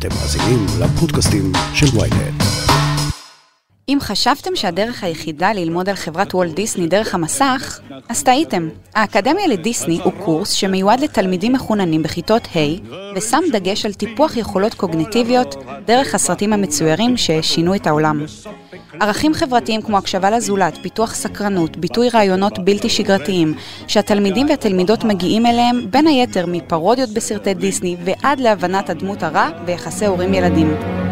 אתם מאזינים לפודקאסטים של ynet. אם חשבתם שהדרך היחידה ללמוד על חברת וולט דיסני דרך המסך, אז טעיתם. האקדמיה לדיסני הוא קורס שמיועד לתלמידים מחוננים בכיתות ה' ושם דגש על טיפוח יכולות קוגניטיביות דרך הסרטים המצוירים ששינו את העולם. ערכים חברתיים כמו הקשבה לזולת, פיתוח סקרנות, ביטוי רעיונות בלתי שגרתיים, שהתלמידים והתלמידות מגיעים אליהם בין היתר מפרודיות בסרטי דיסני ועד להבנת הדמות הרע ויחסי הורים ילדים.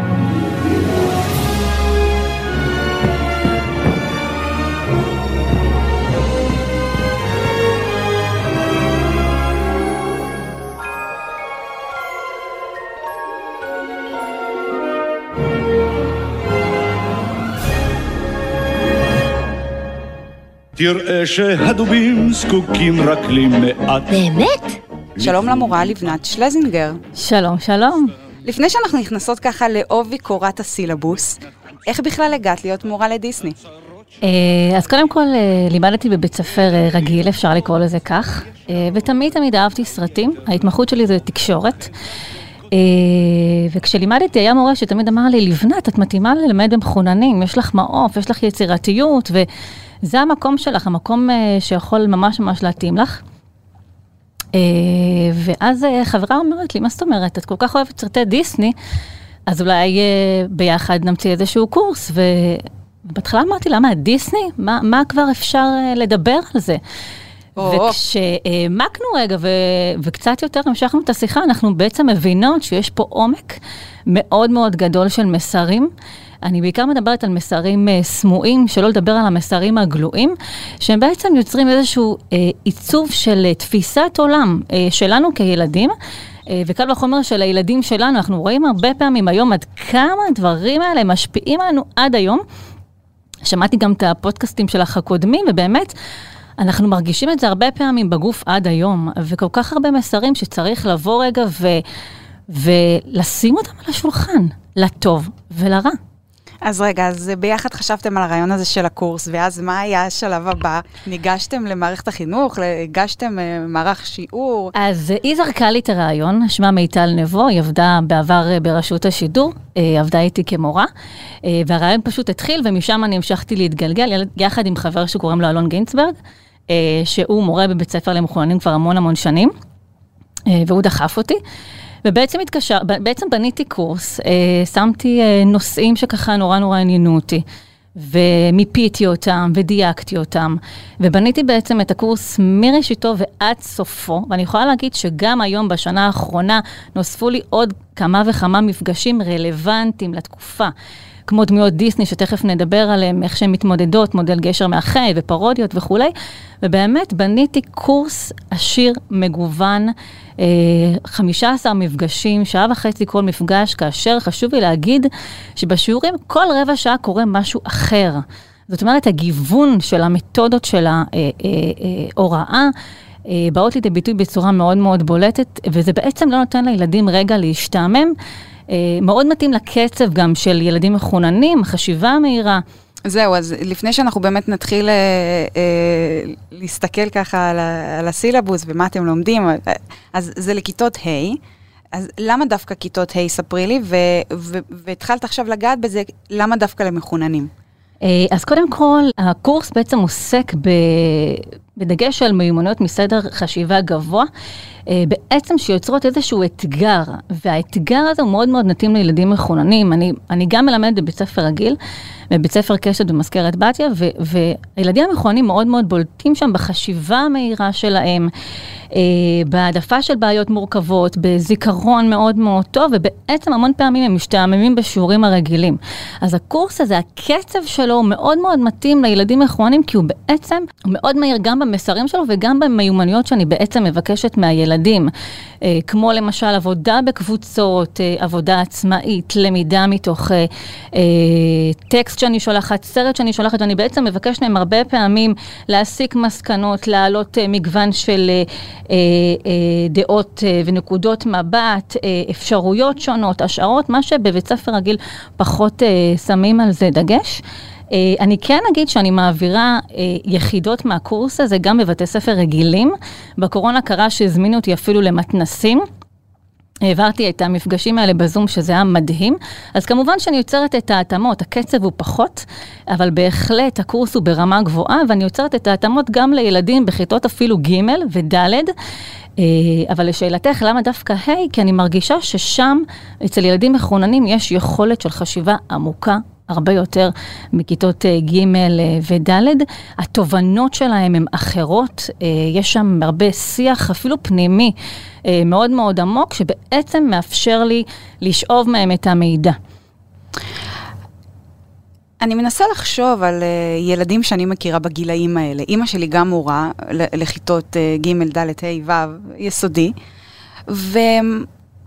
תראה שהדובים זקוקים רק למעט. באמת? שלום למורה לבנת שלזינגר. שלום, שלום. לפני שאנחנו נכנסות ככה לעובי קורת הסילבוס, איך בכלל הגעת להיות מורה לדיסני? אז קודם כל לימדתי בבית ספר רגיל, אפשר לקרוא לזה כך, ותמיד אהבתי סרטים, ההתמחות שלי זה תקשורת, וכשלימדתי היה מורה שתמיד אמר לי, לבנת, את מתאימה ללמד במחוננים, יש לך מעוף, יש לך יצירתיות, וזה המקום שלך, המקום שיכול ממש ממש להתאים לך. ואז חברה אומרת לי, מה זאת אומרת, את כל כך אוהבת סרטי דיסני, אז אולי ביחד נמציא איזשהו קורס, ובהתחלה אמרתי, למה דיסני? מה כבר אפשר לדבר על זה? וכשמקנו רגע וקצת יותר המשכנו את השיחה, אנחנו בעצם מבינות שיש פה עומק מאוד מאוד גדול של מסרים. אני בעיקר מדברת על מסרים סמויים, שלא לדבר על המסרים הגלויים, שהם בעצם יוצרים איזשהו עיצוב של תפיסת עולם שלנו כילדים, וקל וחומר של הילדים שלנו. אנחנו רואים הרבה פעמים היום עד כמה הדברים האלה משפיעים עלינו עד היום. שמעתי גם את הפודקאסטים שלך הקודמים, ובאמת אנחנו מרגישים את זה הרבה פעמים בגוף עד היום, וכל כך הרבה מסרים שצריך לבוא רגע ולשים אותם על השולחן, לטוב ולרע. אז רגע, אז ביחד חשבתם על הרעיון הזה של הקורס, ואז מה היה השלב הבא? ניגשתם למערכת החינוך, הגשתם מערך שיעור? אז היא זרקה לי את הרעיון, שמה מיטל נבו, היא עבדה בעבר ברשות השידור, עבדה איתי כמורה, והרעיון פשוט התחיל, ומשם אני המשכתי להתגלגל, יחד עם חבר שקוראים לו אלון גינסברג, שהוא מורה בבית ספר למחוננים כבר המון שנים, והוא דחף אותי, ובעצם בעצם בניתי קורס, שמתי נושאים שככה נורא עניינו אותי, ומיפיתי אותם, ודייקתי אותם, ובניתי בעצם את הקורס מראשיתו ועד סופו, ואני יכולה להגיד שגם היום בשנה האחרונה נוספו לי עוד כמה וכמה מפגשים רלוונטיים לתקופה, כמו דמויות דיסני שתכף נדבר עליהם, איך שהן מתמודדות, מודל גשר מאחד ופרודיות וכו'. ובאמת בניתי קורס עשיר מגוון, 15 מפגשים, שעה וחצי כל מפגש, כאשר חשוב לי להגיד שבשיעורים כל רבע שעה קורה משהו אחר. זאת אומרת, הגיוון של המתודות של ההוראה, באות לידי ביטוי בצורה מאוד מאוד בולטת, וזה בעצם לא נותן לילדים רגע להשתעמם, מאוד מתאים לקצב גם של ילדים מחוננים, חשיבה מהירה. זהו, אז לפני שאנחנו באמת נתחיל להסתכל ככה על הסילבוס ומה אתם לומדים, אז זה לכיתות ה', אז למה דווקא כיתות ה'? ספרי לי, והתחלת עכשיו לגעת בזה, למה דווקא למחוננים? אז קודם כל, הקורס בעצם עוסק בדגש על מיומנויות מסדר חשיבה גבוה, בעצם שיוצרות איזשהו אתגר, והאתגר הזה הוא מאוד מאוד נתאים לילדים מחוננים. אני גם מלמדת בבית ספר רגיל, בבית ספר קשת במזכרת בתיה, והילדים המחוננים מאוד מאוד בולטים שם בחשיבה המהירה שלהם, בהעדפה של בעיות מורכבות, בזיכרון מאוד מאוד טוב, ובעצם המון פעמים הם משתעממים בשיעורים הרגילים. אז הקורס הזה, הקצב שלו הוא מאוד מאוד מתאים לילדים מחוננים, כי הוא בעצם מאוד מהיר גם במסרים שלו, וגם במיומנויות שאני בעצם מבקשת מהילדים, כמו למשל עבודה בקבוצות, עבודה עצמאית, למידה מתוך טקסט שאני שולחת, סרט שאני שולחת, ואני בעצם מבקשת מהם הרבה פעמים להסיק מסקנות, להעלות מגוון של דעות ונקודות מבט, אפשרויות שונות, השערות, מה שבבית ספר רגיל פחות שמים על זה דגש. אני כן אגיד שאני מעבירה יחידות מהקורס הזה גם בבתי ספר רגילים. בקורונה קרה שהזמינו אותי אפילו למתנסים, העברתי את המפגשים האלה בזום, שזה היה מדהים. אז כמובן שאני יוצרת את ההתאמות, הקצב הוא פחות, אבל בהחלט הקורס הוא ברמה גבוהה, ואני יוצרת את ההתאמות גם לילדים בכיתות אפילו ג' וד'. אבל לשאלתך, למה דווקא כי אני מרגישה ששם, אצל ילדים מחוננים, יש יכולת של חשיבה עמוקה, הרבה יותר מכיתות ג' וד'. התובנות שלהם הן אחרות, יש שם הרבה שיח, אפילו פנימי, מאוד מאוד עמוק, שבעצם מאפשר לי לשאוב מהם את המידע. אני מנסה לחשוב על ילדים שאני מכירה בגילאים האלה. אמא שלי גם מורה לכיתות ג' ד' ה' ו' יסודי, ואני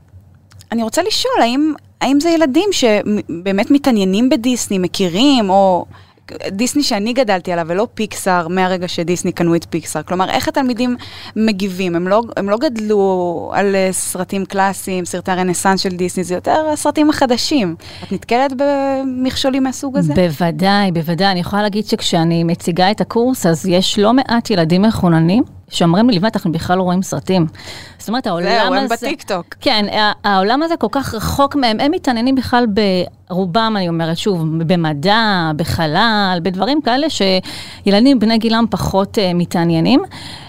רוצה לשאול, האם זה ילדים שבאמת מתעניינים בדיסני, מכירים, או דיסני שאני גדלתי עליו, ולא פיקסאר, מהרגע שדיסני קנו את פיקסאר. כלומר, איך התלמידים מגיבים? הם לא גדלו על סרטים קלאסיים, סרטי הרנסנס של דיסני, זה יותר הסרטים החדשים. את נתקלת במכשולים מהסוג הזה? בוודאי, בוודאי. אני יכולה להגיד שכשאני מציגה את הקורס, אז יש לא מעט ילדים מחוננים, שאומרים לי, לבנת, אנחנו בכלל לא רואים סרטים. זאת אומרת, העולם הזה... זהו, הם בטיקטוק. כן, העולם הזה כל כך רחוק מהם, הם מתעניינים בכלל ברובם, אני אומרת, שוב, במדע, בחלל, בדברים כאלה שילדים בני גילם פחות מתעניינים,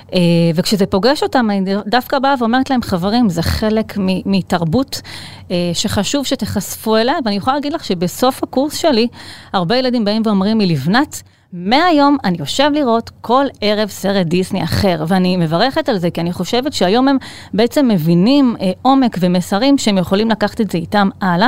וכשזה פוגש אותם, אני דווקא באה ואומרת להם, חברים, זה חלק מתרבות שחשוב שתחשפו אליה, ואני יכולה להגיד לך שבסוף הקורס שלי, הרבה ילדים באים ואומרים לי, לבנת, מהיום אני יושב לראות כל ערב סרט דיסני אחר, ואני מברכת על זה, כי אני חושבת שהיום הם בעצם מבינים עומק ומסרים שהם יכולים לקחת את זה איתם הלאה,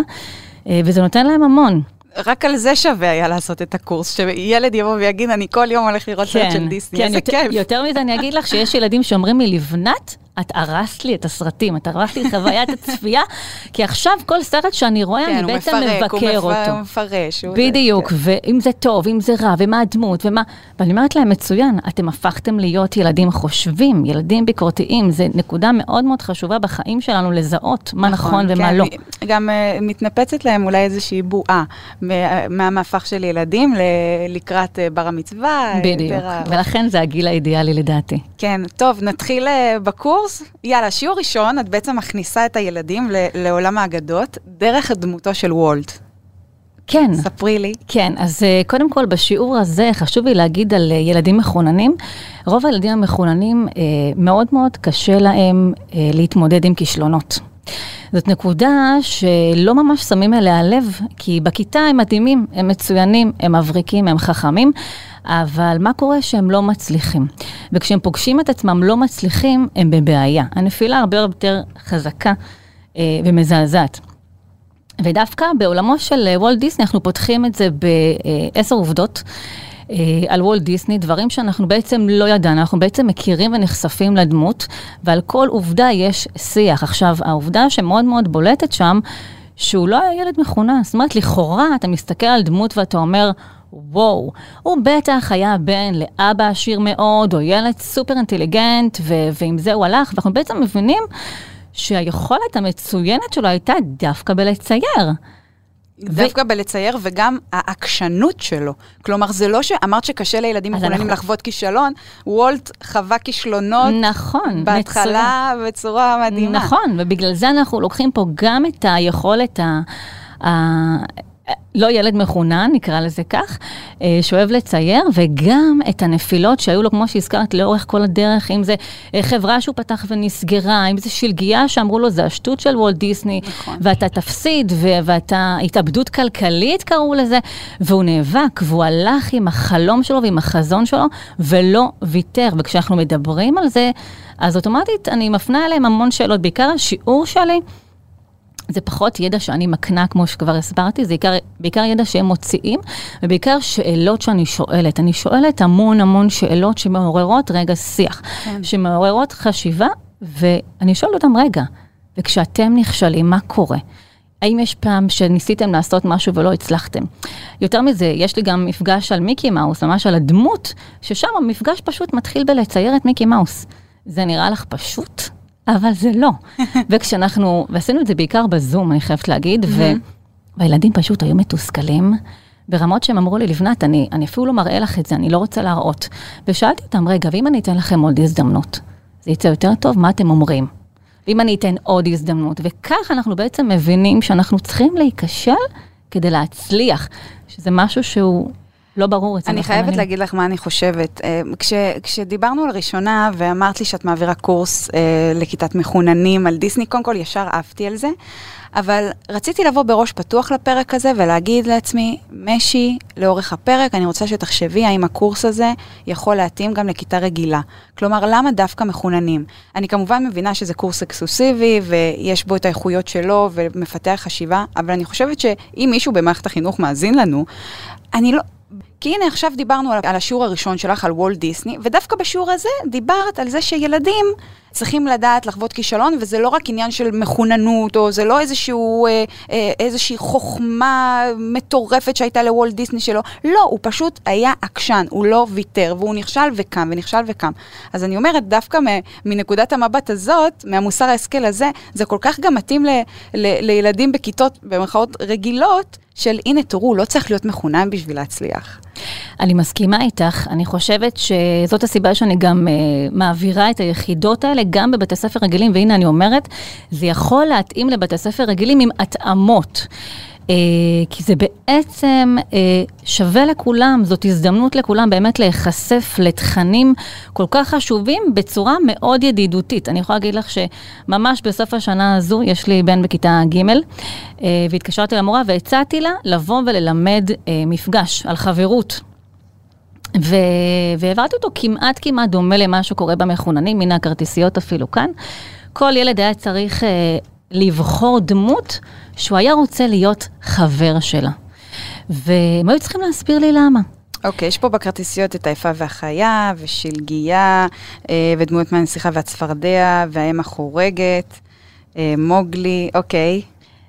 וזה נותן להם המון. רק על זה שווה היה לעשות את הקורס, שילד יבוא ויגיד, אני כל יום הולך לראות סרט של דיסני, איזה כיף. יותר מזה אני אגיד לך שיש ילדים שאומרים לי, לבנת, את הרסת לי את הסרטים, את הרסת לי את חוויית הצפייה, כי עכשיו כל סרט שאני רואה, אני בעצם מבקר אותו. הוא מפרש. בדיוק, ואם זה טוב, אם זה רע, ומה הדמות, ומה... ואני אומרת להם, מצוין, אתם הפכתם להיות ילדים חושבים, ילדים ביקורתיים, זה נקודה מאוד מאוד חשובה בחיים שלנו, לזהות מה נכון ומה לא. גם מתנפצת להם אולי איזושהי בועה, מהמהפך של ילדים לקראת בר המצווה. בדיוק, ולכן זה הגיל האידיאלי לדעתי. כן, טוב, נתחיל בקורס. יאללה, שיעור ראשון, את בעצם מכניסה את הילדים לעולם האגדות, דרך דמותו של וולט. כן. ספרי לי. כן, אז קודם כל בשיעור הזה חשוב לי להגיד על ילדים מחוננים. רוב הילדים המחוננים מאוד מאוד קשה להם להתמודד עם כישלונות. זאת נקודה שלא ממש שמים אליה לב, כי בכיתה הם מדהימים, הם מצוינים, הם מבריקים, הם חכמים, אבל מה קורה שהם לא מצליחים? וכשהם פוגשים את עצמם לא מצליחים, הם בבעיה. הנפילה הרבה יותר חזקה ומזעזעת. ודווקא בעולמו של וולט דיסני, אנחנו פותחים את זה ב10 עובדות, על וולט דיסני, דברים שאנחנו בעצם לא ידענו, אנחנו בעצם מכירים ונחשפים לדמות, ועל כל עובדה יש שיח. עכשיו, העובדה שמאוד מאוד בולטת שם, שהוא לא היה ילד מחונן. זאת אומרת, לכאורה, אתה מסתכל על דמות ואתה אומר, וואו, הוא בטח היה בן לאבא עשיר מאוד, או ילד סופר אינטליגנט, ועם זה הוא הלך, ואנחנו בעצם מבינים שהיכולת המצוינת שלו הייתה דווקא בלצייר. דווקא בלצייר, וגם העקשנות שלו. כלומר, זה לא שאמרת שקשה לילדים מחוננים לחוות כישלון, וולט חווה כישלונות נכון, בהתחלה בצורה מדהימה. נכון, ובגלל זה אנחנו לוקחים פה גם את היכולת לא ילד מחונן, נקרא לזה כך, שאוהב לצייר, וגם את הנפילות שהיו לו, כמו שהזכרת, לאורך כל הדרך, אם זה חברה שהוא פתח ונסגרה, אם זה שלגיה שאמרו לו, זה השטות של וולט דיסני, נכון. ואתה תפסיד, ואתה התאבדות כלכלית קראו לזה, והוא נאבק, והוא הלך עם החלום שלו ועם החזון שלו, ולא ויתר. וכשאנחנו מדברים על זה, אז אוטומטית אני מפנה אליהם המון שאלות, בעיקר השיעור שלי, זה פחות ידע שאני מקנה, כמו שכבר הסברתי, זה בעיקר ידע שהם מוציאים, ובעיקר שאלות שאני שואלת. אני שואלת המון שאלות שמעוררות רגע שיח, כן. שמעוררות חשיבה, ואני שואל אותם רגע, וכשאתם נכשלים, מה קורה? האם יש פעם שניסיתם לעשות משהו ולא הצלחתם? יותר מזה, יש לי גם מפגש על מיקי מאוס, ממש על הדמות, ששם המפגש פשוט מתחיל בלצייר את מיקי מאוס. זה נראה לך פשוט? אבל זה לא. וכשאנחנו, ועשינו את זה בעיקר בזום, אני חייבת להגיד, והילדים פשוט היו מתוסכלים, ברמות שהם אמרו לי, לבנת, אני אפילו לא מראה לך את זה, אני לא רוצה להראות. ושאלתי אותם, רגע, ואם אני אתן לכם עוד הזדמנות, זה יצא יותר טוב, מה אתם אומרים? ואם אני אתן עוד הזדמנות, וכך אנחנו בעצם מבינים שאנחנו צריכים להיכשל כדי להצליח, שזה משהו שהוא לא ברור. אני חייבת להגיד לך מה אני חושבת. כשדיברנו לראשונה, ואמרת לי שאת מעבירה קורס לכיתת מחוננים על דיסני, קודם כל ישר אהבתי על זה, אבל רציתי לבוא בראש פתוח לפרק הזה, ולהגיד לעצמי, משי, לאורך הפרק, אני רוצה שתחשבי האם הקורס הזה יכול להתאים גם לכיתה רגילה. כלומר, למה דווקא מחוננים? אני כמובן מבינה שזה קורס אקסקלוסיבי, ויש בו את האיכויות שלו, ומפתח חשיבה, אבל אני חושבת שאם מישהו במערכת החינוך מאזין לנו, אני לא... כי הנה עכשיו דיברנו על השיעור הראשון שלך, על וולט דיסני, ודווקא בשיעור הזה דיברת על זה שילדים צריכים לדעת לחוות כישלון, וזה לא רק עניין של מחוננות, או זה לא איזושהי חוכמה מטורפת שהייתה לוולט דיסני שלו, לא, הוא פשוט היה עקשן, הוא לא ויתר, והוא נכשל וקם, ונכשל וקם. אז אני אומרת, דווקא מנקודת המבט הזאת, מהמוסר ההשכל הזה, זה כל כך גם מתאים לילדים בכיתות, במרכאות רגילות, של הנה תראו, לא צריך להיות מחונן בשביל להצליח. אני מסכימה איתך, אני חושבת שזאת הסיבה שאני גם מעבירה את היחידות האלה גם בבתי ספר רגילים, והנה אני אומרת, זה יכול להתאים לבתי ספר רגילים עם התאמות, כי זה בעצם שווה לכולם, זאת הזדמנות לכולם באמת להיחשף לתכנים כל כך חשובים בצורה מאוד ידידותית. אני יכולה להגיד לך שממש בסוף השנה הזו יש לי בן בכיתה ג' והתקשרתי למורה והצעתי לה לבוא וללמד מפגש על חברות. והעברתי אותו כמעט דומה למה שקורה במחוננים, מן הכרטיסיות אפילו כאן. כל ילד היה צריך לבחור דמות שהוא היה רוצה להיות חבר שלה. והם היו צריכים להסביר לי למה. אוקיי, יש פה בכרטיסיות את היפה והחיה, ושלגיה, ודמות מהנסיכה והצפרדע, והאם החורגת, מוגלי, אוקיי.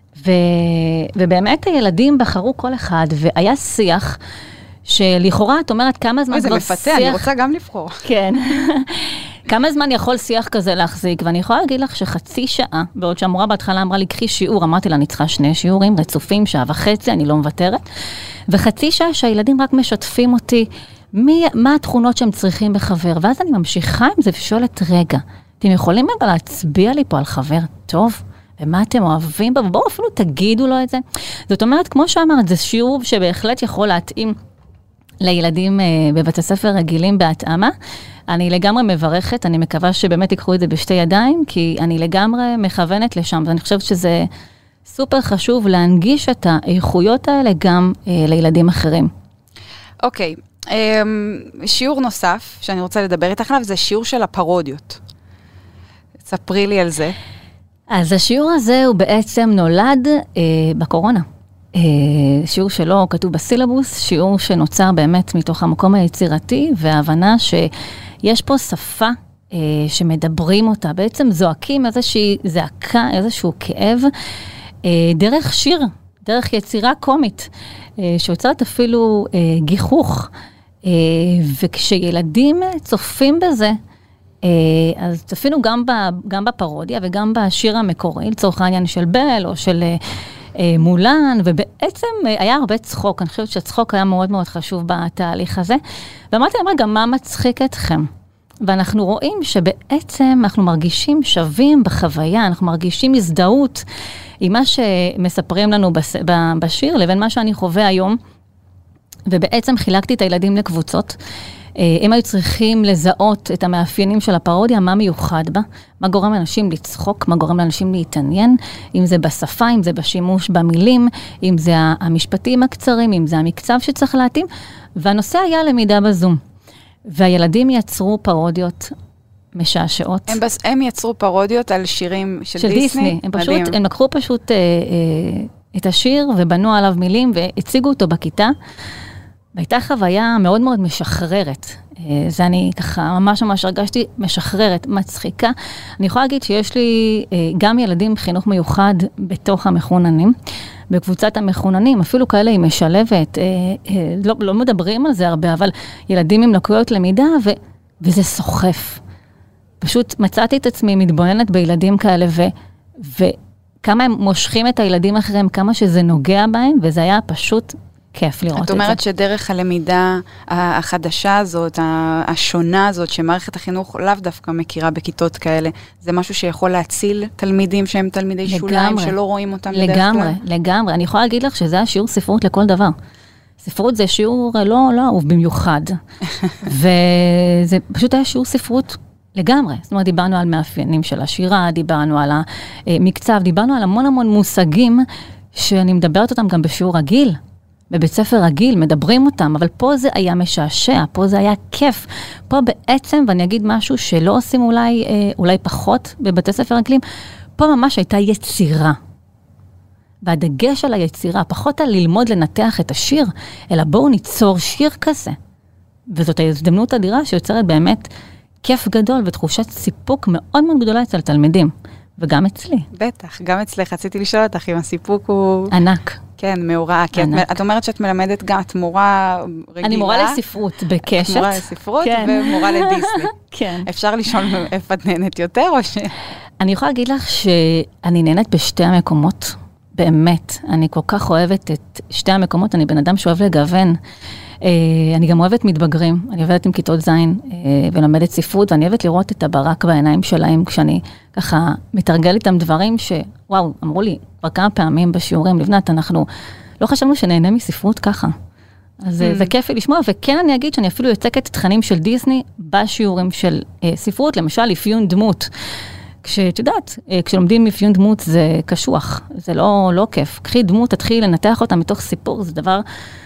ובאמת הילדים בחרו כל אחד, והיה שיח שלכאורה, את אומרת כמה זמן כבר שיח... זה מפתה, אני רוצה גם לבחור. כן. כמה זמן יכול שיח כזה להחזיק? ואני יכולה להגיד לך שחצי שעה, בעוד שהמורה בהתחלה אמרה לי, קחי שיעור, אמרתי לה, אני צריכה 2 שיעורים רצופים, 1.5 שעות, אני לא מוותרת. וחצי שעה שהילדים רק משתפים אותי, מה התכונות שהם צריכים בחבר? ואז אני ממשיכה עם זה ושואלת, רגע, אתם יכולים להצביע לי פה על חבר טוב? ומה אתם אוהבים בו? בואו אפילו תגידו לו את זה. זאת אומרת, כמו שאמרת, זה שיעור שבהחלט יכול להתאים לילדים בבתי ספר רגילים בהתאמה. אני לגמרי מברכת, אני מקווה שבאמת תיקחו את זה בשתי ידיים, כי אני לגמרי מכוונת לשם, ואני חושבת שזה סופר חשוב להנגיש את האיכויות האלה גם לילדים אחרים. אוקיי, שיעור נוסף שאני רוצה לדבר איתך עליו, זה שיעור של הפרודיות. ספרי לי על זה. אז השיעור הזה הוא בעצם נולד בקורונה. שיעור שלו כתוב בסילבוס, שיעור שנוצר באמת מתוך המקום היצירתי, וההבנה שיש פה שפה שמדברים אותה, בעצם זועקים איזושהי זעקה, איזשהו כאב, דרך שיר, דרך יצירה קומית, שיוצרת אפילו גיחוך, וכשילדים צופים בזה, אז צפינו גם בפרודיה וגם בשיר המקורי, לצורך העניין של בל או של מולן, ובעצם היה הרבה צחוק, אני חושבת שהצחוק היה מאוד מאוד חשוב בתהליך הזה, ואמרתי להם, רגע, מה מצחיק אתכם? ואנחנו רואים שבעצם אנחנו מרגישים שווים בחוויה, אנחנו מרגישים הזדהות עם מה שמספרים לנו בשיר, לבין מה שאני חווה היום, ובעצם חילקתי את הילדים לקבוצות, הם היו צריכים לזהות את המאפיינים של הפרודיה, מה מיוחד בה, מה גורם לאנשים לצחוק, מה גורם לאנשים להתעניין, אם זה בשפה, אם זה בשימוש במילים, אם זה המשפטים הקצרים, אם זה המקצב שצריך להתאים, והנושא היה למידה בזום. והילדים יצרו פרודיות משעשעות. הם יצרו פרודיות על שירים של דיסני? הם לקחו פשוט את השיר ובנו עליו מילים והציגו אותו בכיתה, והייתה חוויה מאוד מאוד משחררת. זה אני ככה ממש הרגשתי משחררת, מצחיקה. אני יכולה להגיד שיש לי גם ילדים חינוך מיוחד בתוך המחוננים, בקבוצת המחוננים, אפילו כאלה היא משלבת, לא מדברים על זה הרבה, אבל ילדים עם לקויות למידה, וזה סוחף. פשוט מצאתי את עצמי מתבוננת בילדים כאלה, וכמה הם מושכים את הילדים אחריהם, כמה שזה נוגע בהם, וזה היה פשוט כיף לראות את זה. את אומרת שדרך הלמידה החדשה הזאת, השונה הזאת, שמערכת החינוך לאו דווקא מכירה בכיתות כאלה, זה משהו שיכול להציל תלמידים שהם תלמידי שוליים, שלא רואים אותם בדרך כלל? לגמרי. אני יכולה להגיד לך שזה השיעור ספרות לכל דבר. ספרות זה שיעור לא אהוב במיוחד. וזה פשוט היה שיעור ספרות לגמרי. זאת אומרת, דיברנו על מאפיינים של השירה, דיברנו על המקצב, דיברנו על המון מושגים שאני מדברת אותם גם בשיעור רגיל. בבית ספר רגיל, מדברים אותם, אבל פה זה היה משעשע, פה זה היה כיף. פה בעצם, ואני אגיד משהו שלא עושים אולי פחות בבתי ספר רגילים, פה ממש הייתה יצירה. והדגש על היצירה, פחות על ללמוד לנתח את השיר, אלא בואו ניצור שיר כזה. וזאת ההזדמנות אדירה שיוצרת באמת כיף גדול ותחושת סיפוק מאוד מאוד גדולה אצל תלמידים. וגם אצלי. בטח, גם אצלך. רציתי לשאול אותך אם הסיפוק הוא... ענק. כן, מאורע. את אומרת שאת מלמדת גם, את מורה רגילה. אני מורה לספרות בקשת. מורה לספרות ומורה לדיסני. כן. אפשר לשאול איפה את נהנית יותר או ש... אני יכולה להגיד לך שאני נהנית בשתי המקומות. באמת. אני כל כך אוהבת את שתי המקומות. אני בן אדם שאוהב לגוון. אני גם אוהבת מתבגרים, אני עובדת עם כיתות זין ולמדת ספרות, ואני אוהבת לראות את הברק בעיניים שלהם, כשאני ככה מתרגל איתם דברים שוואו, אמרו לי כבר כמה פעמים בשיעורים, לבנת, אנחנו לא חשבנו שנהנה מספרות ככה. אז זה כיף לי לשמוע, וכן אני אגיד שאני אפילו יוצקת תכנים של דיסני בשיעורים של ספרות, למשל אפיון דמות. כשאת יודעת, כשלומדים אפיון דמות זה קשוח, זה לא כיף. קחי דמות, תתחיל לנתח אותה מתוך סיפור, זה דבר...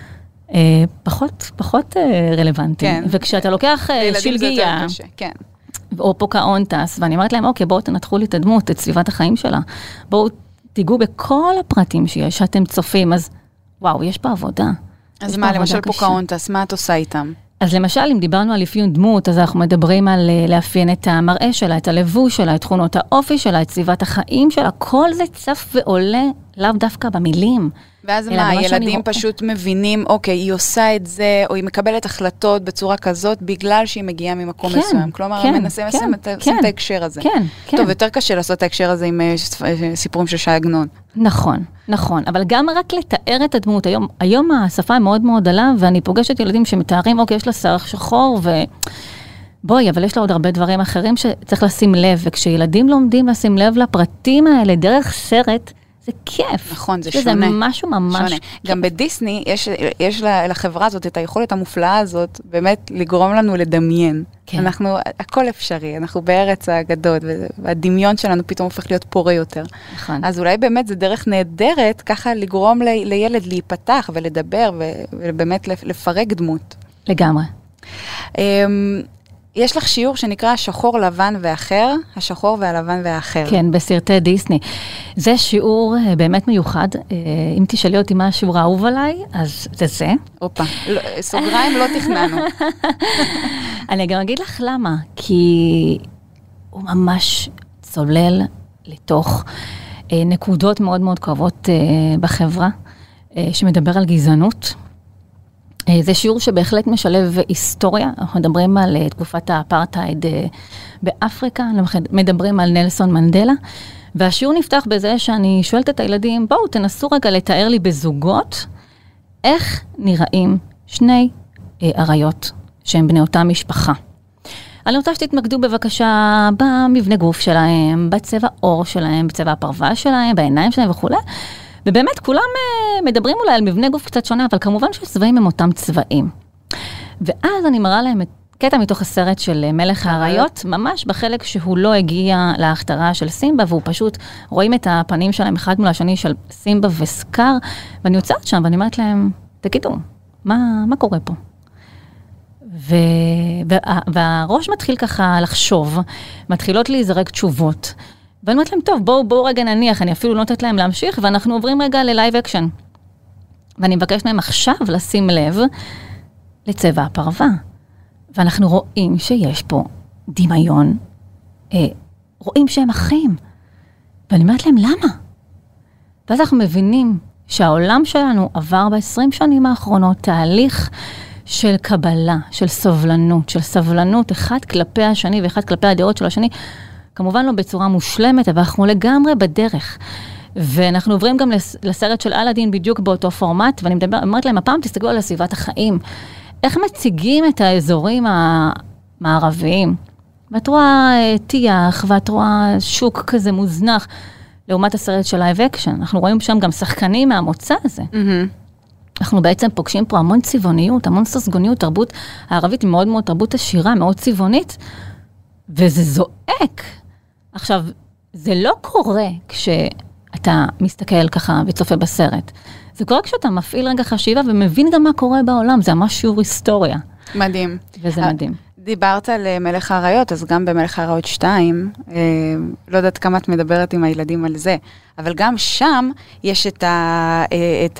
פחות רלוונטי. וכשאתה לוקח שלגיה, או פוקהונטס, ואני אומרת להם, אוקיי, בואו תנתחו לי את הדמות, את סביבת החיים שלה. בואו תיגעו בכל הפרטים שיש, שאתם צופים, אז וואו, יש פה עבודה. אז מה, למשל פוקהונטס, מה את עושה איתם? אז למשל, אם דיברנו על אפיון דמות, אז אנחנו מדברים על לאפיין את המראה שלה, את הלבוש שלה, את תכונות האופי שלה, את סביבת החיים שלה, כל זה צף ועולה לאו דווקא במילים. ואז מה, הילדים פשוט מבינים, אוקיי, היא עושה את זה, או היא מקבלת החלטות בצורה כזאת, בגלל שהיא מגיעה ממקום מסוים. כלומר, מנסים לשים את ההקשר הזה. טוב, יותר קשה לעשות את ההקשר הזה עם סיפורים של שי עגנון. נכון, אבל גם רק לתאר את הדמות. היום השפה מאוד מאוד עלה, ואני פוגשת ילדים שמתארים, אוקיי, יש לה שיער שחור, בואי, אבל יש לה עוד הרבה דברים אחרים שצריך לשים לב, וכשילדים לומדים לשים לב לפרטים האלה דרך סרט, זה כיף. נכון, זה שונה. זה משהו ממש... שונה. גם בדיסני יש לחברה הזאת את היכולת המופלאה הזאת, באמת לגרום לנו לדמיין. אנחנו, הכל אפשרי, אנחנו בארץ האגדות, והדמיון שלנו פתאום הופך להיות פורה יותר. נכון. אז אולי באמת זה דרך נהדרת, ככה לגרום לילד להיפתח ולדבר, ובאמת לפרק דמות. לגמרי. יש לך שיעור שנקרא השחור, לבן ואחר, השחור והלבן והאחר. כן, בסרטי דיסני. זה שיעור באמת מיוחד. אם תשאלי אותי מה השיעור האהוב עליי, אז זה זה. אופה, סוגריים לא תכננו. אני גם אגיד לך למה, כי הוא ממש צולל לתוך נקודות מאוד מאוד כואבות בחברה, שמדבר על גזענות. זה שיעור שבהחלט משלב היסטוריה, אנחנו מדברים על תקופת האפרטהייד באפריקה, מדברים על נלסון מנדלה, והשיעור נפתח בזה שאני שואלת את הילדים, בואו תנסו רגע לתאר לי בזוגות, איך נראים שני עריות שהם בני אותה משפחה. אני רוצה שתתמקדו בבקשה במבנה גוף שלהם, בצבע עור שלהם, בצבע הפרווה שלהם, בעיניים שלהם וכו'. ובאמת כולם מדברים אולי על מבנה גוף קצת שונה, אבל כמובן שהצבעים הם אותם צבעים. ואז אני מראה להם את קטע מתוך הסרט של מלך האריות, ממש בחלק שהוא לא הגיע להכתרה של סימבה, והוא פשוט רואים את הפנים שלהם אחד מול השני של סימבה וסקר, ואני יוצאת שם ואני אומרת להם, תגידו, מה קורה פה? והראש מתחיל ככה לחשוב, מתחילות להיזרק תשובות, ואני אומרת להם, טוב, בואו רגע נניח, אני אפילו לא נותנת להם להמשיך, ואנחנו עוברים רגע ללייב אקשן. ואני מבקשת מהם עכשיו לשים לב לצבע הפרווה. ואנחנו רואים שיש פה דמיון, רואים שהם אחים. ואני אומרת להם, למה? ואז אנחנו מבינים שהעולם שלנו עבר ב-20 שנים האחרונות תהליך של קבלה, של סובלנות, של סבלנות, אחד כלפי השני ואחד כלפי הדעות של השני, כמובן לא בצורה מושלמת, אבל אנחנו לגמרי בדרך. ואנחנו עוברים גם לסרט של אלאדין בדיוק באותו פורמט, ואני אומרת להם, הפעם תסתכלו על סביבת החיים. איך מציגים את האזורים המערביים? ואת רואה תיח, ואת רואה שוק כזה מוזנח, לעומת הסרט של לייב אקשן. אנחנו רואים שם גם שחקנים מהמוצא הזה. אנחנו בעצם פוגשים פה המון צבעוניות, המון ססגוניות, תרבות הערבית היא מאוד מאוד תרבות עשירה, מאוד צבעונית, וזה זועק. עכשיו, זה לא קורה כשאתה מסתכל ככה וצופה בסרט. זה קורה כשאתה מפעיל רגע חשיבה ומבין גם מה קורה בעולם, זה ממש שיעור היסטוריה. מדהים. וזה מדהים. דיברת על מלך האריות, אז גם במלך האריות 2, לא יודעת כמה את מדברת עם הילדים על זה, אבל גם שם יש את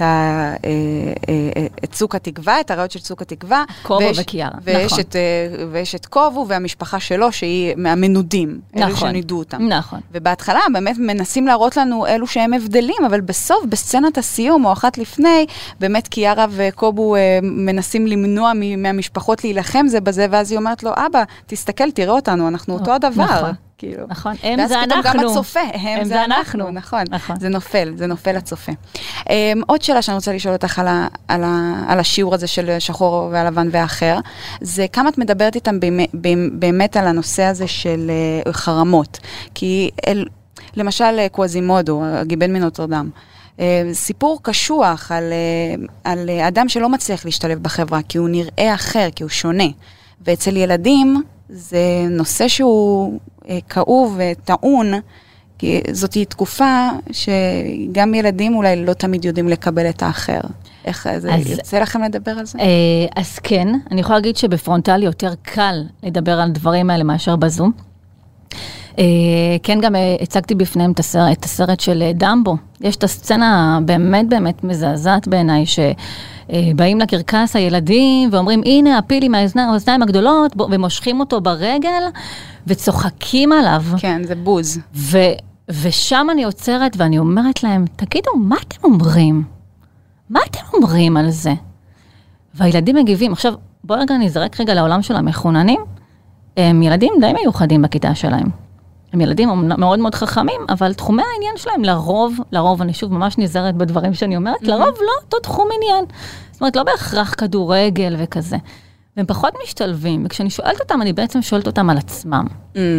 צוק התקווה, את האריות של צוק התקווה. קובו וקיארה, נכון. ויש את קובו והמשפחה שלו, שהיא מהמנודים, אלו שנידו אותם. נכון. ובהתחלה באמת מנסים להראות לנו אלו שהם הבדלים, אבל בסוף, בסצנת הסיום, או אחת לפני, באמת קיארה וקובו מנסים למנוע מהמשפחות להילחם זה בזה, ואז היא אומרת לו, אבא, תסתכל, תראה אותנו, אנחנו אותו הדבר. נכון, הם זה אנחנו. ואז פתאום גם הצופה, הם זה אנחנו. נכון, זה נופל לצופה. עוד שאלה שאני רוצה לשאול אותך על השיעור הזה של שחור והלבן והאחר, זה כמה את מדברת איתם באמת על הנושא הזה של חרמות. כי למשל קווזימודו, הגיבן מנוטרדם, סיפור קשוח על אדם שלא מצליח להשתלב בחברה, כי הוא נראה אחר, כי הוא שונה. ואצל ילדים זה נושא שהוא כאוב וטעון, כי זאת היא תקופה שגם ילדים אולי לא תמיד יודעים לקבל את האחר. איך זה יוצא לכם לדבר על זה? אז כן, אני יכולה להגיד שבפרונטלי יותר קל לדבר על דברים האלה מאשר בזום. כן, גם הצגתי בפניהם את הסרט של דמבו. יש את הסצנה באמת באמת מזעזעת בעיניי, שבאים לקרקס הילדים ואומרים, הנה הפיל עם האוזניים הגדולות, ומושכים אותו ברגל וצוחקים עליו. כן, זה בוז. ושם אני עוצרת ואני אומרת להם, תגידו, מה אתם אומרים? מה אתם אומרים על זה? והילדים מגיבים. עכשיו, בואו רגע נזרק רגע לעולם של המחוננים. הם ילדים די מיוחדים בכיתה שלהם. הם ילדים מאוד מאוד חכמים, אבל תחומי העניין שלהם לרוב, אני שוב ממש נזרת בדברים שאני אומרת, לרוב לא אותו תחום עניין. זאת אומרת, לא בהכרח כדורגל וכזה. והם פחות משתלבים, וכשאני שואלת אותם, אני בעצם שואלת אותם על עצמם.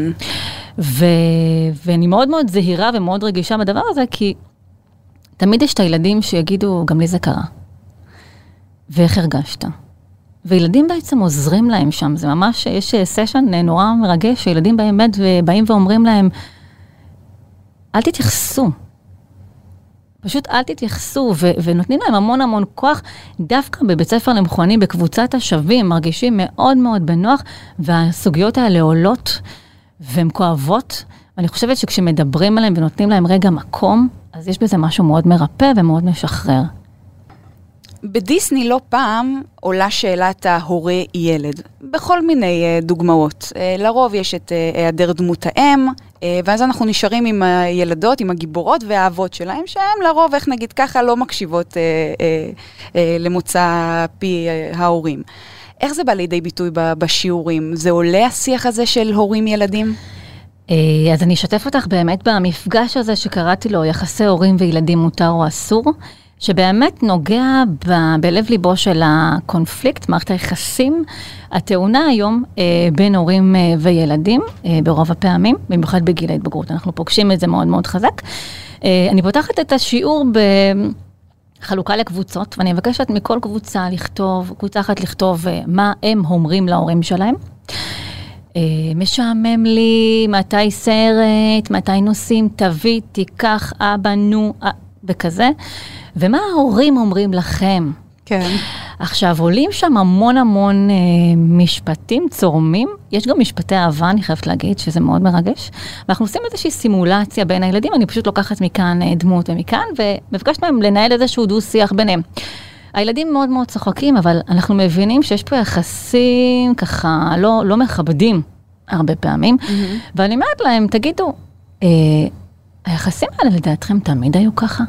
ואני מאוד מאוד זהירה ומאוד רגישה בדבר הזה, כי תמיד יש את הילדים שיגידו, גם לי זה קרה. ואיך הרגשת? וילדים בעצם עוזרים להם שם, זה ממש, יש סשן נורא מרגש, שילדים באמת באים ואומרים להם, אל תתייחסו, פשוט אל תתייחסו, ונותנים להם המון המון כוח, דווקא בבית ספר למחוננים, בקבוצת השווים, מרגישים מאוד מאוד בנוח, והסוגיות האלה עולות, והן כואבות, ואני חושבת שכשמדברים עליהם ונותנים להם רגע מקום, אז יש בזה משהו מאוד מרפא ומאוד משחרר. בדיסני לא פעם עולה שאלת ההורה ילד, בכל מיני דוגמאות. לרוב יש את היעדר דמות האם, ואז אנחנו נשארים עם הילדות, עם הגיבורות והאהבות שלהם, שהן לרוב, איך נגיד ככה, לא מקשיבות למוצא פי ההורים. איך זה בא לידי ביטוי בשיעורים? זה עולה השיח הזה של הורים ילדים? אז אני אשתף אותך באמת במפגש הזה שקראתי לו יחסי הורים וילדים מותר או אסור, שבאמת נוגע בלב ליבו של הקונפליקט, מערכת היחסים, התאונה היום בין הורים וילדים, ברוב הפעמים, במיוחד בגיל ההתבגרות. אנחנו פוגשים את זה מאוד מאוד חזק. אני פותחת את השיעור בחלוקה לקבוצות, ואני מבקשת מכל קבוצה אחת לכתוב מה הם אומרים להורים שלהם. משעמם לי, מתי סרט, מתי נוסעים, תביא, תיקח, אבא, נו, וכזה. ומה ההורים אומרים לכם? כן. עכשיו, עולים שם המון משפטים צורמים, יש גם משפטי אהבה, אני חייבת להגיד, שזה מאוד מרגש, ואנחנו עושים איזושהי סימולציה בין הילדים, אני פשוט לוקחת מכאן דמות ומכאן, ומבקשת מהם לנהל איזשהו דו-שיח ביניהם. הילדים מאוד מאוד צוחקים, אבל אנחנו מבינים שיש פה יחסים ככה לא מכבדים הרבה פעמים, ואני אומרת להם, תגידו, היחסים האלה לדעתכם תמיד היו ככה?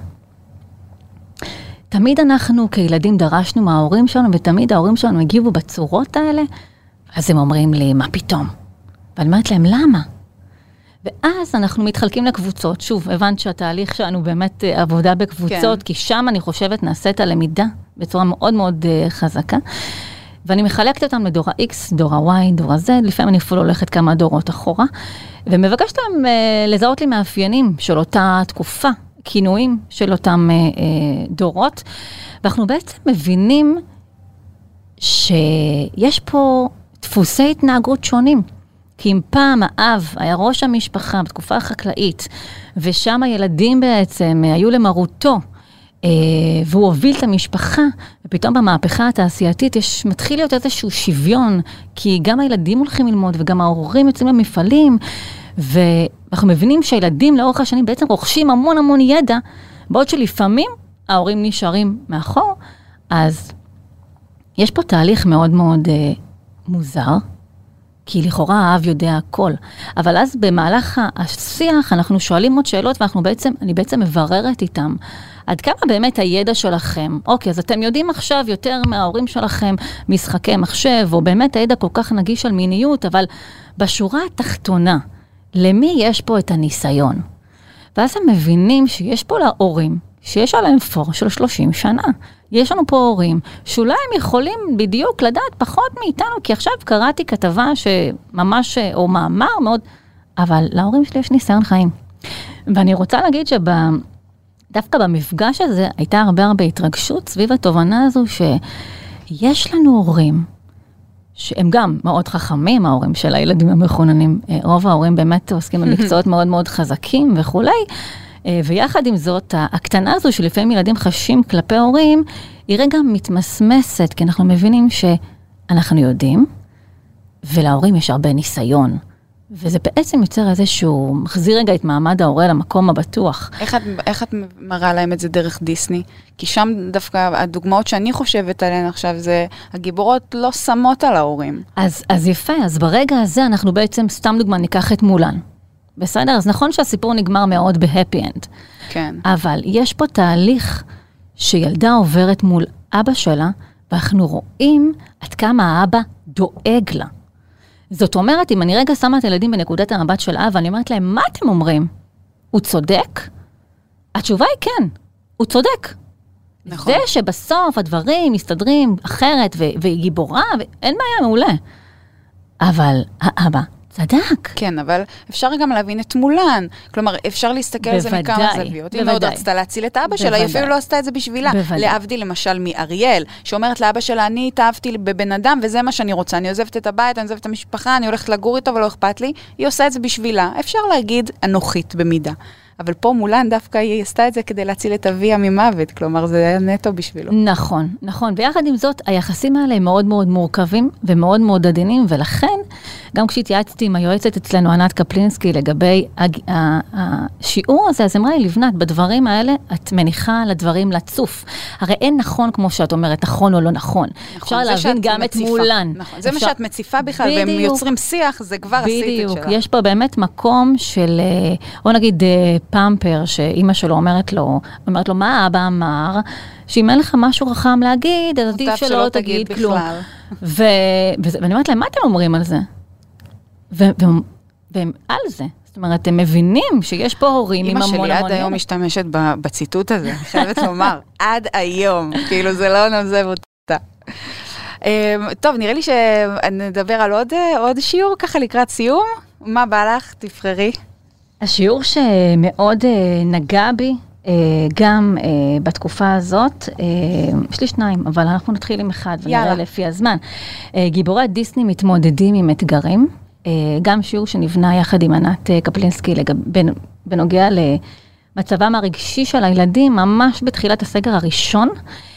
תמיד אנחנו כילדים דרשנו מההורים שלנו, ותמיד ההורים שלנו הגיבו בצורות האלה, אז הם אומרים לי, מה פתאום? ואני אומרת להם, למה? ואז אנחנו מתחלקים לקבוצות. שוב, הבנת שהתהליך שלנו באמת עבודה בקבוצות, כי שם אני חושבת נעשית הלמידה בצורה מאוד מאוד חזקה. ואני מחלקת אותם לדור ה-X, דור ה-Y, דור ה-Z, לפעמים אני אפילו הולכת כמה דורות אחורה, ומבקשת להם לזהות לי מאפיינים של אותה תקופה, כינויים של אותם דורות, ואנחנו בעצם מבינים שיש פה דפוסי התנהגות שונים. כי אם פעם האב היה ראש המשפחה בתקופה החקלאית, ושם הילדים בעצם היו למרותו, והוא הוביל את המשפחה, ופתאום במהפכה התעשייתית מתחיל להיות איזשהו שוויון, כי גם הילדים הולכים ללמוד, וגם ההורים יוצאים למפעלים, ואנחנו מבינים שהילדים לאורך השנים בעצם רוכשים המון המון ידע, בעוד שלפעמים ההורים נשארים מאחור, אז יש פה תהליך מאוד מאוד מוזר, כי לכאורה האב יודע הכל. אבל אז במהלך השיח אנחנו שואלים עוד שאלות, ואני בעצם מבררת איתם, עד כמה באמת הידע שלכם, אוקיי, אז אתם יודעים עכשיו יותר מההורים שלכם משחקי מחשב, או באמת הידע כל כך נגיש על מיניות, אבל בשורה התחתונה, למי יש פה את הניסיון? ואז הם מבינים שיש פה להורים, שיש עליהם פור של 30 שנה. יש לנו פה הורים, שאולי הם יכולים בדיוק לדעת פחות מאיתנו, כי עכשיו קראתי כתבה שממש, או מאמר מאוד, אבל להורים שלי יש ניסיון חיים. ואני רוצה להגיד דווקא במפגש הזה הייתה הרבה התרגשות סביב התובנה הזו שיש לנו הורים, שהם גם מאוד חכמים, ההורים של הילדים המחוננים, רוב ההורים באמת עוסקים במקצועות מאוד מאוד חזקים וכולי, ויחד עם זאת, הקטנה הזו שלפעמים ילדים חשים כלפי הורים, היא רגע מתמסמסת, כי אנחנו מבינים שאנחנו יודעים, ולהורים יש הרבה ניסיון. וזה בעצם יוצר איזשהו, מחזיר רגע את מעמד ההורה למקום הבטוח. איך את מראה להם את זה דרך דיסני? כי שם דווקא הדוגמאות שאני חושבת עליהן עכשיו, זה הגיבורות לא שמות על ההורים. אז יפה, אז ברגע הזה אנחנו בעצם, סתם דוגמה, ניקח את מולן. בסדר? אז נכון שהסיפור נגמר מאוד בהפי אנד. כן. אבל יש פה תהליך שילדה עוברת מול אבא שלה, ואנחנו רואים עד כמה האבא דואג לה. זאת אומרת, אם אני רגע שמה את הילדים בנקודת המבט של אבא, אני אומרת להם, מה אתם אומרים? הוא צודק? התשובה היא כן, הוא צודק. נכון. זה שבסוף הדברים מסתדרים אחרת, והיא גיבורה, ואין בעיה מעולה. אבל האבא צדק. כן, אבל אפשר גם להבין את מולן. כלומר, אפשר להסתכל על זה מכמה זוויות. היא מאוד רצתה להציל את אבא שלה, היא אפילו לא עשתה את זה בשבילה. להבדיל למשל מאריאל, שאומרת לאבא שלה, אני התאהבתי בבן אדם, וזה מה שאני רוצה. אני עוזבת את הבית, אני עוזבת את המשפחה, אני הולכת לגור איתו ולא אכפת לי. היא עושה את זה בשבילה. אפשר להגיד אנוכית במידה. אבל פה מולן דווקא היא עשתה את זה כדי להציל את אביה ממוות, כלומר זה היה נטו בשבילו. נכון, נכון. ויחד עם זאת, היחסים האלה הם מאוד מאוד מורכבים ומאוד מאוד עדינים, ולכן, גם כשהתייעצתי עם היועצת אצלנו, ענת קפלינסקי, לגבי השיעור הזה, אז אמרה לי, לבנת, בדברים האלה, את מניחה לדברים לצוף. הרי אין נכון, כמו שאת אומרת, נכון או לא נכון. אפשר להבין גם את מולן. נכון, זה מה שאת מציפה בכלל, והם יוצרים שיח, זה כבר עשית את שלה. יש פה באמת מקום של, או נגיד, פמפר, שאימא שלו אומרת לו, מה האבא אמר, שאם אין לך משהו רחם להגיד, אז עדיף שלא תגיד כלום. ואני אומרת להם, מה אתם אומרים על זה? והם על זה. זאת אומרת, הם מבינים שיש פה הורים עם המון המון. אמא שלי עד היום משתמשת בציטוט הזה, אני חייבת לומר, עד היום, כאילו זה לא נעזב אותה. טוב, נראה לי שנדבר על עוד שיעור ככה לקראת סיום. מה בא לך? תבחרי. השיעור שמאוד נגע בי, גם בתקופה הזאת, יש לי שניים, אבל אנחנו נתחיל עם אחד, ונראה לפי הזמן. גיבורי דיסני מתמודדים עם אתגרים, גם שיעור שנבנה יחד עם ענת קפלינסקי, בנוגע למצבם הרגשי של הילדים, ממש בתחילת הסגר הראשון,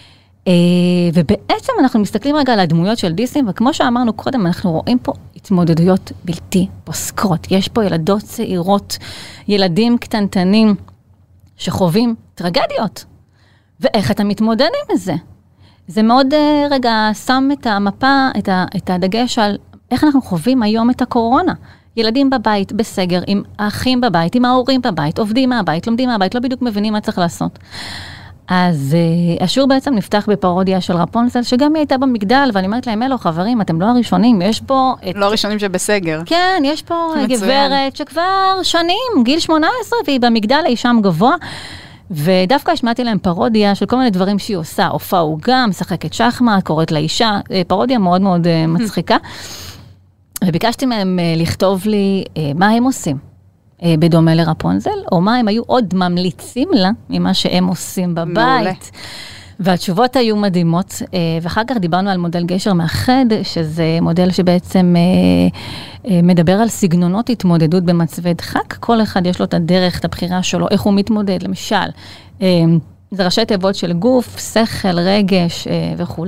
ובעצם אנחנו מסתכלים רגע על הדמויות של דיסני, וכמו שאמרנו קודם, אנחנו רואים פה התמודדויות בלתי פוסקות. יש פה ילדות צעירות, ילדים קטנטנים, שחווים טרגדיות. ואיך אתה מתמודד עם זה? זה מאוד רגע שם את המפה, את הדגש על איך אנחנו חווים היום את הקורונה. ילדים בבית, בסגר, עם האחים בבית, עם ההורים בבית, עובדים מהבית, לומדים מהבית, לא בדיוק מבינים מה צריך לעשות. אז השיעור בעצם נפתח בפרודיה של רפונסל, שגם היא הייתה במגדל, ואני אומרת להם, אלו חברים, אתם לא הראשונים, יש פה... לא הראשונים שבסגר. כן, יש פה גברת שכבר שנים, גיל 18, והיא במגדל אי שם גבוה, ודווקא השמעתי להם פרודיה של כל מיני דברים שהיא עושה, הופעה עוגה, משחקת שחמט, קוראת לאישה, פרודיה מאוד מאוד מצחיקה, וביקשתי מהם לכתוב לי מה הם עושים. בדומה לרפונזל, או מה הם היו עוד ממליצים לה ממה שהם עושים בבית. מעולה. והתשובות היו מדהימות, ואחר כך דיברנו על מודל גשר מאחד, שזה מודל שבעצם מדבר על סגנונות התמודדות במצבי דחק, כל אחד יש לו את הדרך, את הבחירה שלו, איך הוא מתמודד, למשל, זה ראשי תיבות של גוף, שכל, רגש וכו'.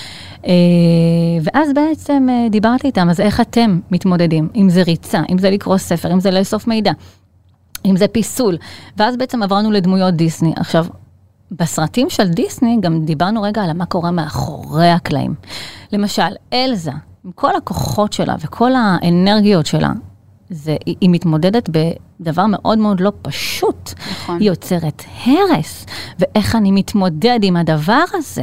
ואז בעצם דיברתי איתם, אז איך אתם מתמודדים? אם זה ריצה, אם זה לקרוא ספר, אם זה לאסוף מידע, אם זה פיסול. ואז בעצם עברנו לדמויות דיסני. עכשיו, בסרטים של דיסני גם דיברנו רגע על מה קורה מאחורי הקלעים. למשל, אלזה, עם כל הכוחות שלה וכל האנרגיות שלה, היא מתמודדת בדבר מאוד מאוד לא פשוט. נכון. היא יוצרת הרס, ואיך אני מתמודד עם הדבר הזה.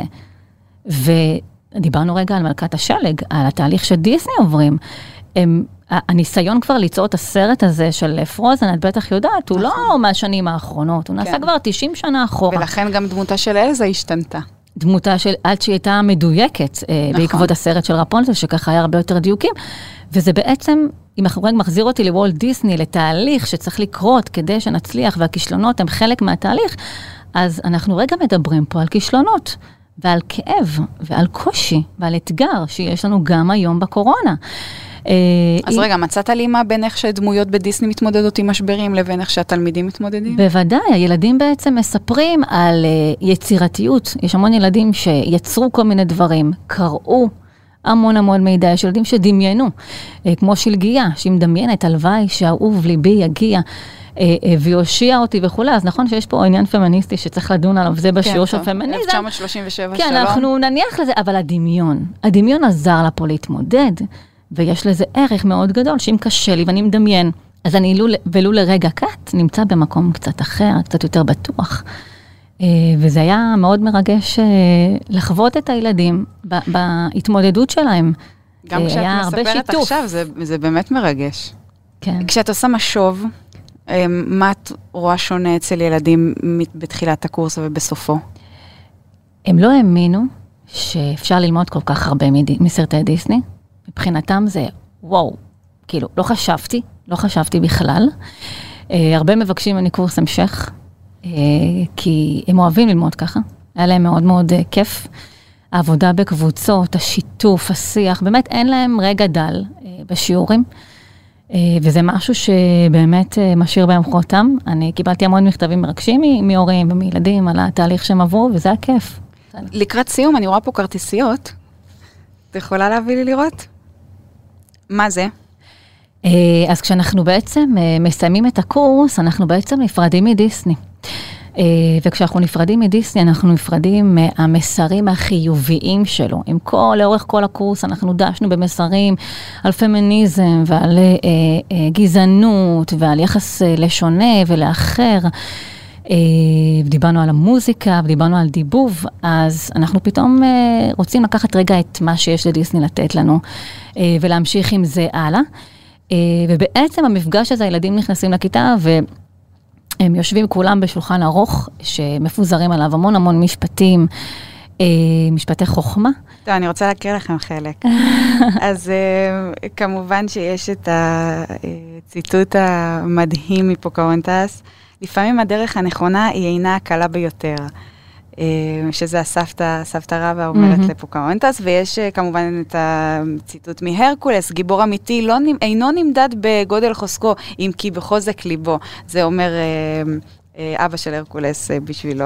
דיברנו רגע על מלכת השלג, על התהליך שדיסני עוברים. הניסיון כבר ליצור את הסרט הזה של פרוזן, את בטח יודעת, הוא לא מהשנים האחרונות, הוא נעשה כבר 90 שנה אחורה. ולכן גם דמותה של אלזה השתנתה. דמותה של, עד שהיא הייתה מדויקת, בעקבות הסרט של רפונסל, שככה היה הרבה יותר דיוקים, וזה בעצם, אם אנחנו רגע מחזיר אותי לוולט דיסני, לתהליך שצריך לקרות כדי שנצליח, והכישלונות הם חלק מהתהליך, אז אנחנו רגע מדברים פה על כישלונות. ועל כאב, ועל קושי, ועל אתגר שיש לנו גם היום בקורונה. אז רגע, מצאת לי מה בין איך שדמויות בדיסני מתמודדות עם משברים, לבין איך שהתלמידים מתמודדים? בוודאי, הילדים בעצם מספרים על יצירתיות. יש המון ילדים שיצרו כל מיני דברים, קראו המון המון מידע, יש ילדים שדמיינו, כמו שלגיה, שהיא מדמיינת, הלוואי שהאהוב ליבי יגיע, ויושיע אותי וכו', אז נכון שיש פה עניין פמיניסטי שצריך לדון עליו, זה בשיעור של פמיניזם. 1937 כן, אנחנו נניח לזה, אבל הדמיון עזר לה פה להתמודד, ויש לזה ערך מאוד גדול, שאם קשה לי ואני מדמיין, אז אני ולו לרגע קט, נמצא במקום קצת אחר, קצת יותר בטוח. וזה היה מאוד מרגש לחוות את הילדים בהתמודדות שלהם. גם כשאת מספרת עכשיו, זה באמת מרגש. כן. כשאת עושה משוב, מה את רואה שונה אצל ילדים בתחילת הקורס ובסופו? הם לא האמינו שאפשר ללמוד כל כך הרבה מסרטי דיסני. מבחינתם זה, וואו, כאילו, לא חשבתי בכלל. הרבה מבקשים ממני קורס המשך, כי הם אוהבים ללמוד ככה. היה להם מאוד מאוד כיף. העבודה בקבוצות, השיתוף, השיח, באמת אין להם רגע דל בשיעורים. וזה משהו שבאמת משאיר בהם חותם. אני קיבלתי המון מכתבים מרגשים מהורים ומילדים על התהליך שהם עברו, וזה היה כיף. לקראת סיום, אני רואה פה כרטיסיות. את יכולה להביא לי לראות? מה זה? אז כשאנחנו בעצם מסיימים את הקורס, אנחנו בעצם נפרדים מדיסני. וכשאנחנו נפרדים מדיסני, אנחנו נפרדים מהמסרים החיוביים שלו. לאורך כל הקורס אנחנו דשנו במסרים על פמיניזם ועל גזענות ועל יחס לשונה ולאחר. ודיברנו על המוזיקה ודיברנו על דיבוב, אז אנחנו פתאום רוצים לקחת רגע את מה שיש לדיסני לתת לנו ולהמשיך עם זה הלאה. ובעצם המפגש הזה, הילדים נכנסים לכיתה הם יושבים כולם בשולחן ארוך, שמפוזרים עליו המון המון משפטים, משפטי חוכמה. טוב, אני רוצה להקריא לכם חלק. אז כמובן שיש את הציטוט המדהים מפוקהונטס, לפעמים הדרך הנכונה היא אינה הקלה ביותר, שזה סבתא רבא אומרת לפוקהונטס, ויש כמובן את הציטוט מהרקולס, גיבור אמיתי אינו נמדד בגודל חוזקו, אם כי בחוזק ליבו. זה אומר אבא של הרקולס בשבילו.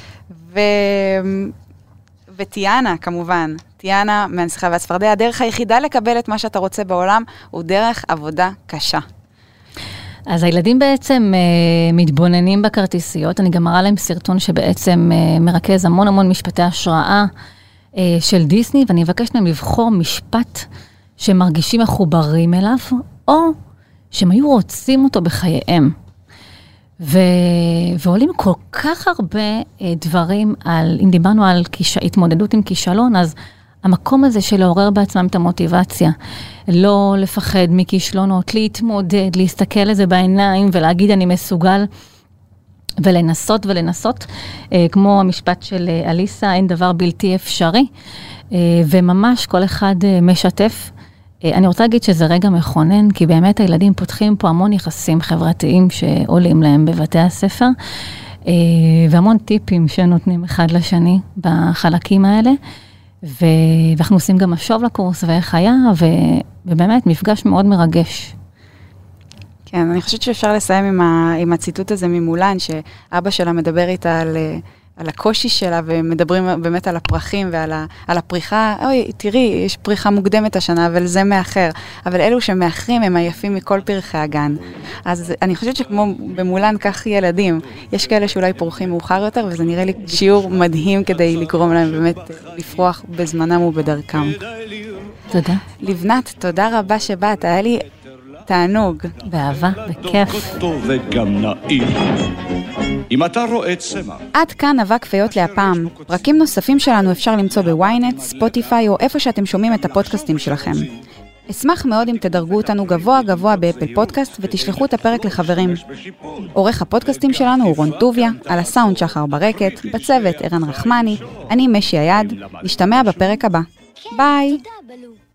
וטיאנה, כמובן, טיאנה מהנסיכה והצפרדע, הדרך היחידה לקבל את מה שאתה רוצה בעולם, הוא דרך עבודה קשה. אז הילדים בעצם מתבוננים בכרטיסיות, אני גם מראה להם סרטון שבעצם מרכז המון המון משפטי השראה של דיסני, ואני מבקשת מהם לבחור משפט שמרגישים מחוברים אליו, או שהם היו רוצים אותו בחייהם. ועולים כל כך הרבה דברים אם דיברנו על התמודדות עם כישלון, אז המקום הזה של לעורר בעצמם את המוטיבציה, לא לפחד מכישלונות, להתמודד, להסתכל לזה בעיניים ולהגיד אני מסוגל, ולנסות, כמו המשפט של אליסה, אין דבר בלתי אפשרי, וממש כל אחד משתף. אני רוצה להגיד שזה רגע מכונן, כי באמת הילדים פותחים פה המון יחסים חברתיים שעולים להם בבתי הספר, והמון טיפים שנותנים אחד לשני בחלקים האלה, ואנחנו עושים גם משוב לקורס ואיך היה, ובאמת מפגש מאוד מרגש. כן, אני חושבת שאפשר לסיים עם הציטוט הזה ממולן, שאבא שלה מדבר איתה על הקושי שלה, ומדברים באמת על הפרחים ועל הפריחה. אוי, תראי, יש פריחה מוקדמת השנה, אבל זה מאחר. אבל אלו שמאחרים הם עייפים מכל פרחי הגן. אז אני חושבת שכמו במולן, כך ילדים. יש כאלה שאולי פורחים מאוחר יותר, וזה נראה לי שיעור מדהים כדי לגרום להם באמת לפרוח בזמנם ובדרכם. תודה. לבנת, תודה רבה שבאת. היה לי תענוג. באהבה, בכיף. אם אתה רואה צמח. עד כאן אבק פיות להפעם. פרקים נוספים שלנו אפשר למצוא בוויינט, ספוטיפיי או איפה שאתם שומעים את הפודקאסטים שלכם. אשמח מאוד אם תדרגו אותנו גבוה באפל פודקאסט ותשלחו את הפרק לחברים. עורך הפודקאסטים שלנו הוא רון טוביה, על הסאונד שחר ברקת, בצוות ערן רחמני, אני משי היד, נשתמע בפרק הבא. ביי!